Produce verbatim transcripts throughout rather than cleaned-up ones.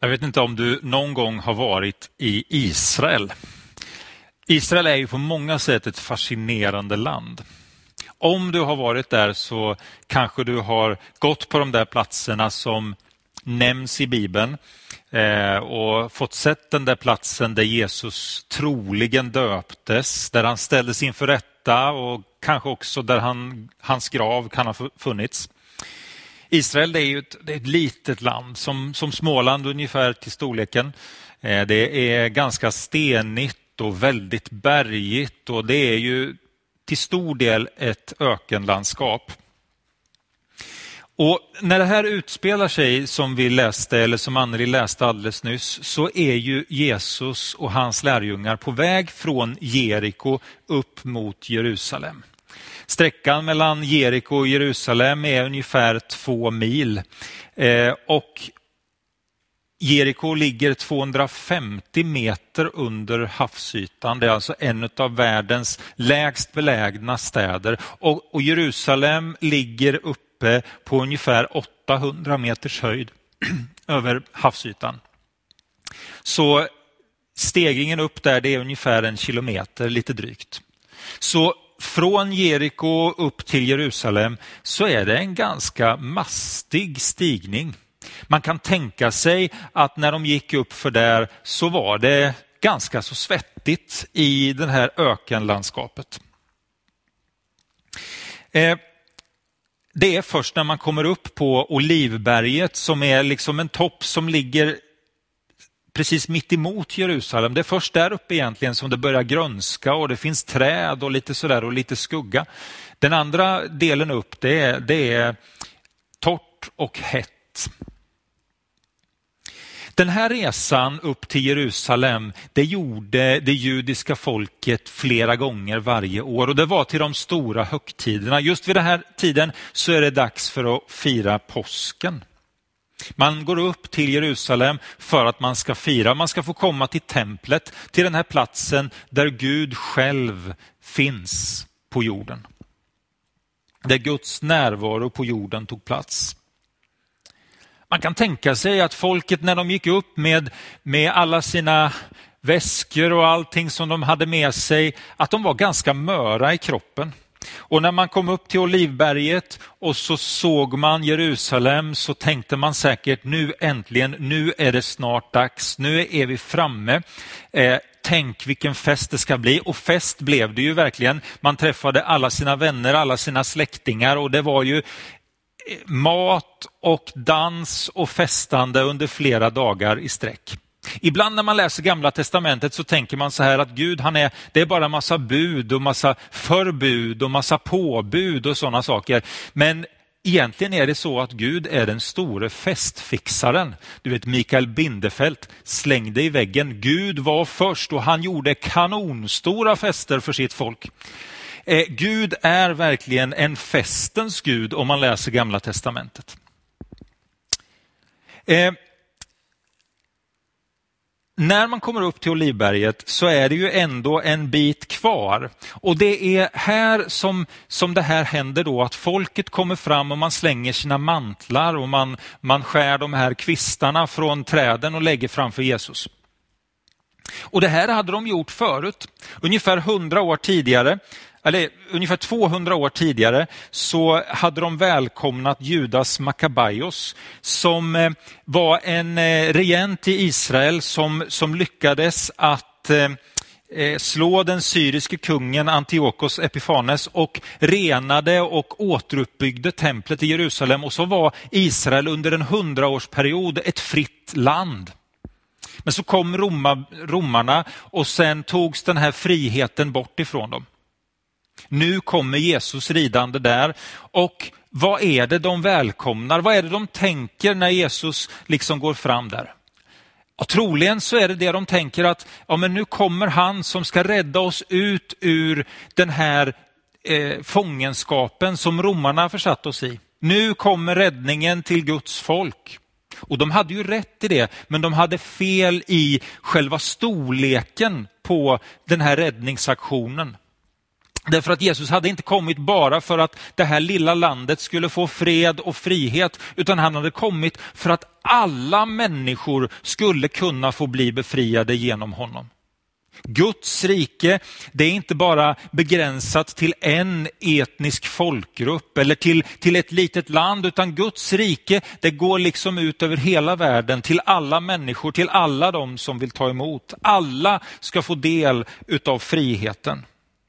Jag vet inte om du någon gång har varit i Israel. Israel är ju på många sätt ett fascinerande land. Om du har varit där så kanske du har gått på de där platserna som nämns i Bibeln eh, och fått sett den där platsen där Jesus troligen döptes, där han ställdes inför rätta och kanske också där han, hans grav kan ha funnits. Israel det är ju ett, det är ett litet land, som, som Småland ungefär till storleken. Eh, det är ganska stenigt och väldigt bergigt och det är ju till stor del ett ökenlandskap. Och när det här utspelar sig som vi läste eller som Anneli läste alldeles nyss, så är ju Jesus och hans lärjungar på väg från Jeriko upp mot Jerusalem. Sträckan mellan Jeriko och Jerusalem är ungefär två mil eh, och Jeriko ligger tvåhundrafemtio meter under havsytan. Det är alltså en av världens lägst belägna städer och, och Jerusalem ligger uppe på ungefär åttahundra meters höjd över havsytan. Så stegringen upp där det är ungefär en kilometer, lite drygt. Så från Jeriko upp till Jerusalem så är det en ganska mastig stigning. Man kan tänka sig att när de gick upp för där så var det ganska så svettigt i det här ökenlandskapet. Eh, det är först när man kommer upp på Olivberget som är liksom en topp som ligger precis mitt emot Jerusalem. Det är först där uppe egentligen som det börjar grönska och det finns träd och lite sådär och lite skugga. Den andra delen upp det är, det är torrt och hett. Den här resan upp till Jerusalem, det gjorde det judiska folket flera gånger varje år och det var till de stora högtiderna. Just vid den här tiden så är det dags för att fira påsken. Man går upp till Jerusalem för att man ska fira, man ska få komma till templet, till den här platsen där Gud själv finns på jorden. Där Guds närvaro på jorden tog plats. Man kan tänka sig att folket när de gick upp med, med alla sina väskor och allting som de hade med sig, att de var ganska möra i kroppen. Och när man kom upp till Olivberget och så såg man Jerusalem så tänkte man säkert nu äntligen, nu är det snart dags, nu är vi framme. Eh, tänk vilken fest det ska bli och fest blev det ju verkligen. Man träffade alla sina vänner, alla sina släktingar och det var ju mat och dans och festande under flera dagar i sträck. Ibland när man läser Gamla testamentet så tänker man så här att Gud han är, det är bara massa bud och massa förbud och massa påbud och sådana saker. Men egentligen är det så att Gud är den store festfixaren. Du vet Mikael Bindefeld slängde i väggen. Gud var först och han gjorde kanonstora fester för sitt folk. Eh, Gud är verkligen en festens Gud om man läser Gamla testamentet. Eh, när man kommer upp till Olivberget så är det ju ändå en bit kvar. Och det är här som, som det här händer då att folket kommer fram och man slänger sina mantlar och man, man skär de här kvistarna från träden och lägger framför Jesus. Och det här hade de gjort förut. Ungefär hundra år tidigare, eller ungefär tvåhundra år tidigare så hade de välkomnat Judas Makkabaios som var en regent i Israel som, som lyckades att eh, slå den syriske kungen Antiochos Epiphanes och renade och återuppbyggde templet i Jerusalem och så var Israel under en hundraårsperiod ett fritt land. Men så kom Roma, romarna och sen togs den här friheten bort ifrån dem. Nu kommer Jesus ridande där och vad är det de välkomnar? Vad är det de tänker när Jesus liksom går fram där? Och troligen så är det det de tänker att ja, men nu kommer han som ska rädda oss ut ur den här eh, fångenskapen som romarna försatt oss i. Nu kommer räddningen till Guds folk. Och de hade ju rätt i det, men de hade fel i själva storleken på den här räddningsaktionen. Därför att Jesus hade inte kommit bara för att det här lilla landet skulle få fred och frihet, utan han hade kommit för att alla människor skulle kunna få bli befriade genom honom. Guds rike, det är inte bara begränsat till en etnisk folkgrupp eller till, till ett litet land, utan Guds rike, det går liksom ut över hela världen till alla människor, till alla de som vill ta emot. Alla ska få del utav friheten.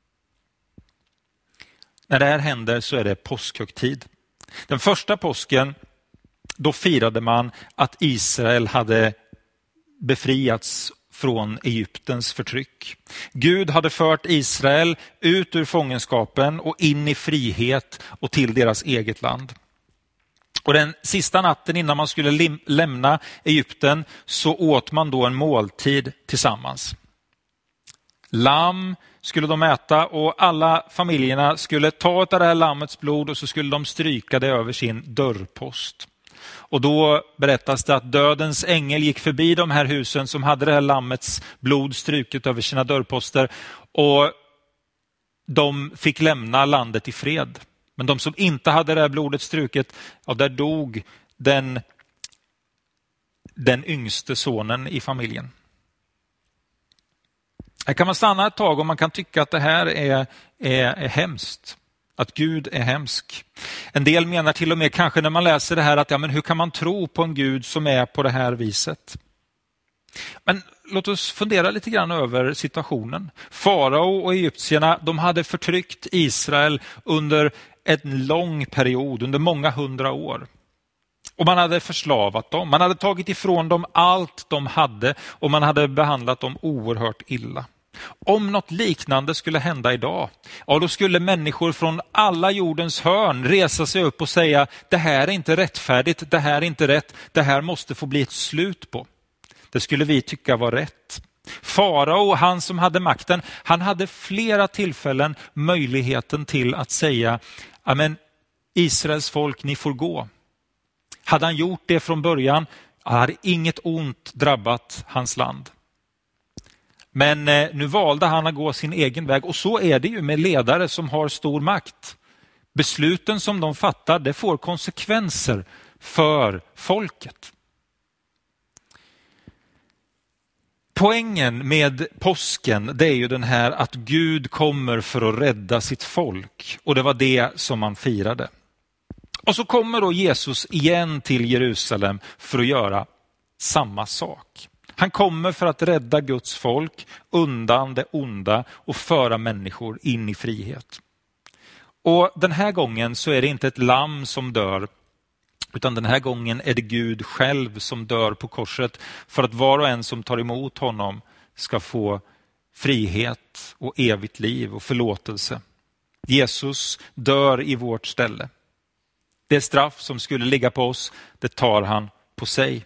När det här händer så är det påskhögtid. Den första påsken, då firade man att Israel hade befriats från Egyptens förtryck. Gud hade fört Israel ut ur fångenskapen och in i frihet och till deras eget land. Och den sista natten innan man skulle lämna Egypten så åt man då en måltid tillsammans. Lamm skulle de äta och alla familjerna skulle ta av det här lammets blod och så skulle de stryka det över sin dörrpost. Och då berättas det att dödens ängel gick förbi de här husen som hade det här lammets blod struket över sina dörrposter och de fick lämna landet i fred. Men de som inte hade det här blodet struket, ja, där dog den, den yngste sonen i familjen. Här kan man stanna ett tag och man kan tycka att det här är, är, är hemskt. Att Gud är hemsk. En del menar till och med kanske när man läser det här att ja, men hur kan man tro på en Gud som är på det här viset? Men låt oss fundera lite grann över situationen. Farao och egyptierna, de hade förtryckt Israel under en lång period, under många hundra år. Och man hade förslavat dem, man hade tagit ifrån dem allt de hade och man hade behandlat dem oerhört illa. Om något liknande skulle hända idag, ja, då skulle människor från alla jordens hörn resa sig upp och säga det här är inte rättfärdigt, det här är inte rätt, det här måste få bli ett slut på. Det skulle vi tycka var rätt. Farao, han som hade makten, han hade flera tillfällen möjligheten till att säga amen, Israels folk, ni får gå. Hade han gjort det från början hade inget ont drabbat hans land. Men eh, nu valde han att gå sin egen väg och så är det ju med ledare som har stor makt. Besluten som de fattar, det får konsekvenser för folket. Poängen med påsken, det är ju den här att Gud kommer för att rädda sitt folk och det var det som man firade. Och så kommer då Jesus igen till Jerusalem för att göra samma sak. Han kommer för att rädda Guds folk undan det onda och föra människor in i frihet. Och den här gången så är det inte ett lamm som dör, utan den här gången är det Gud själv som dör på korset för att var och en som tar emot honom ska få frihet och evigt liv och förlåtelse. Jesus dör i vårt ställe. Det straff som skulle ligga på oss, det tar han på sig.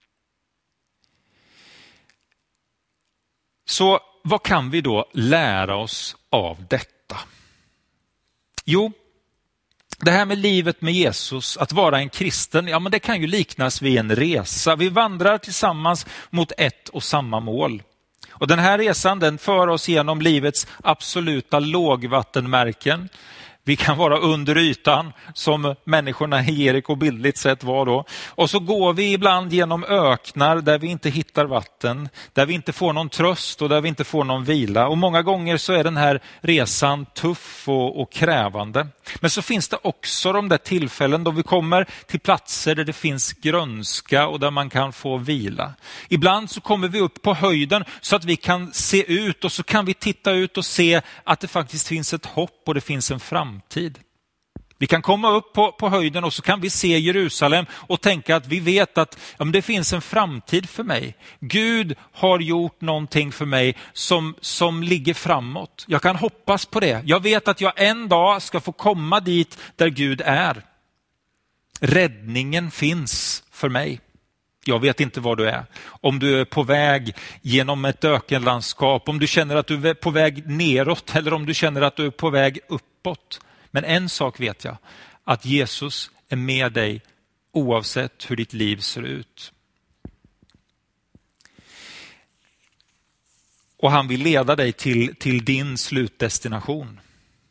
Så vad kan vi då lära oss av detta? Jo, det här med livet med Jesus, att vara en kristen, ja men det kan ju liknas vid en resa. Vi vandrar tillsammans mot ett och samma mål. Och den här resan, den för oss genom livets absoluta lågvattenmärken. Vi kan vara under ytan som människorna i Jeriko bildligt sett var då. Och så går vi ibland genom öknar där vi inte hittar vatten, där vi inte får någon tröst och där vi inte får någon vila. Och många gånger så är den här resan tuff och, och krävande. Men så finns det också de där tillfällen då vi kommer till platser där det finns grönska och där man kan få vila. Ibland så kommer vi upp på höjden så att vi kan se ut och så kan vi titta ut och se att det faktiskt finns ett hopp och det finns en framtid. Tid. Vi kan komma upp på, på höjden och så kan vi se Jerusalem och tänka att vi vet att ja, det finns en framtid för mig. Gud har gjort någonting för mig som, som ligger framåt. Jag kan hoppas på det. Jag vet att jag en dag ska få komma dit där Gud är. Räddningen finns för mig. Jag vet inte var du är. Om du är på väg genom ett ökenlandskap, om du känner att du är på väg neråt eller om du känner att du är på väg uppåt. Men en sak vet jag, att Jesus är med dig oavsett hur ditt liv ser ut. Och han vill leda dig till, till din slutdestination.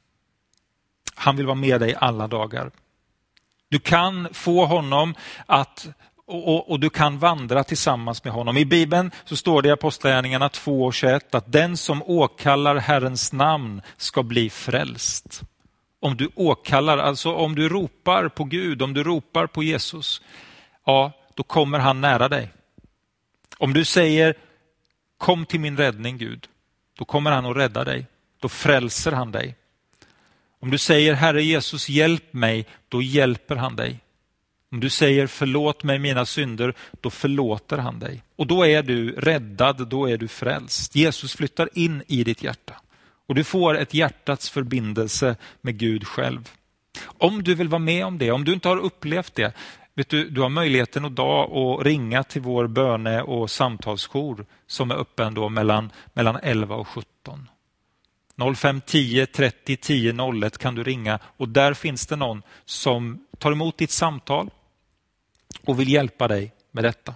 Han vill vara med dig alla dagar. Du kan få honom att och, och, och du kan vandra tillsammans med honom. I Bibeln så står det i Apostlagärningarna två och tjugoett att den som åkallar Herrens namn ska bli frälst. Om du åkallar, alltså om du ropar på Gud, om du ropar på Jesus, ja, då kommer han nära dig. Om du säger kom till min räddning Gud, då kommer han att rädda dig. Då frälser han dig. Om du säger Herre Jesus hjälp mig, då hjälper han dig. Om du säger förlåt mig mina synder, då förlåter han dig. Och då är du räddad, då är du frälst. Jesus flyttar in i ditt hjärta. Och du får ett hjärtats förbindelse med Gud själv. Om du vill vara med om det, om du inte har upplevt det, vet du, du har möjligheten idag att ringa till vår böne- och samtalsjour som är öppen då mellan, mellan elva och sjutton. noll fem tio trettio tio noll ett kan du ringa och där finns det någon som tar emot ditt samtal och vill hjälpa dig med detta.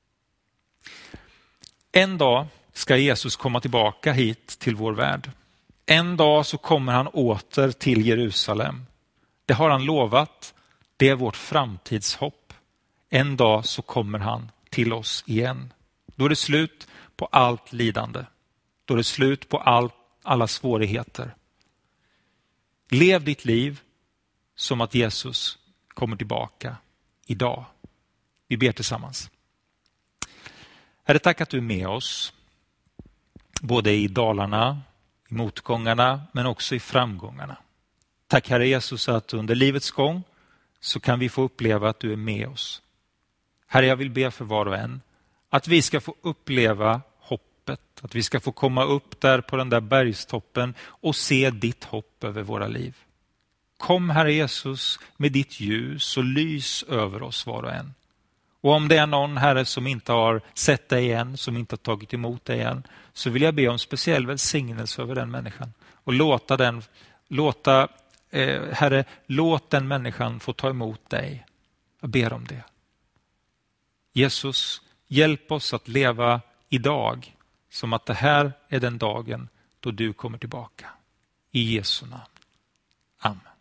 En dag ska Jesus komma tillbaka hit till vår värld. En dag så kommer han åter till Jerusalem. Det har han lovat. Det är vårt framtidshopp. En dag så kommer han till oss igen. Då är det slut på allt lidande. Då är det slut på allt, alla svårigheter. Lev ditt liv som att Jesus kommer tillbaka idag. Vi ber tillsammans. Herre, tack att du är med oss. Både i dalarna, i motgångarna, men också i framgångarna. Tack Herre Jesus att under livets gång så kan vi få uppleva att du är med oss. Herre, jag vill be för var och en att vi ska få uppleva hoppet. Att vi ska få komma upp där på den där bergstoppen och se ditt hopp över våra liv. Kom Herre Jesus med ditt ljus och lys över oss var och en. Och om det är någon Herre som inte har sett dig än, som inte har tagit emot dig än, så vill jag be om speciell välsignelse över den människan. Och låta den, låta, eh, Herre, låt den människan få ta emot dig. Jag ber om det. Jesus, hjälp oss att leva idag som att det här är den dagen då du kommer tillbaka. I Jesu namn. Amen.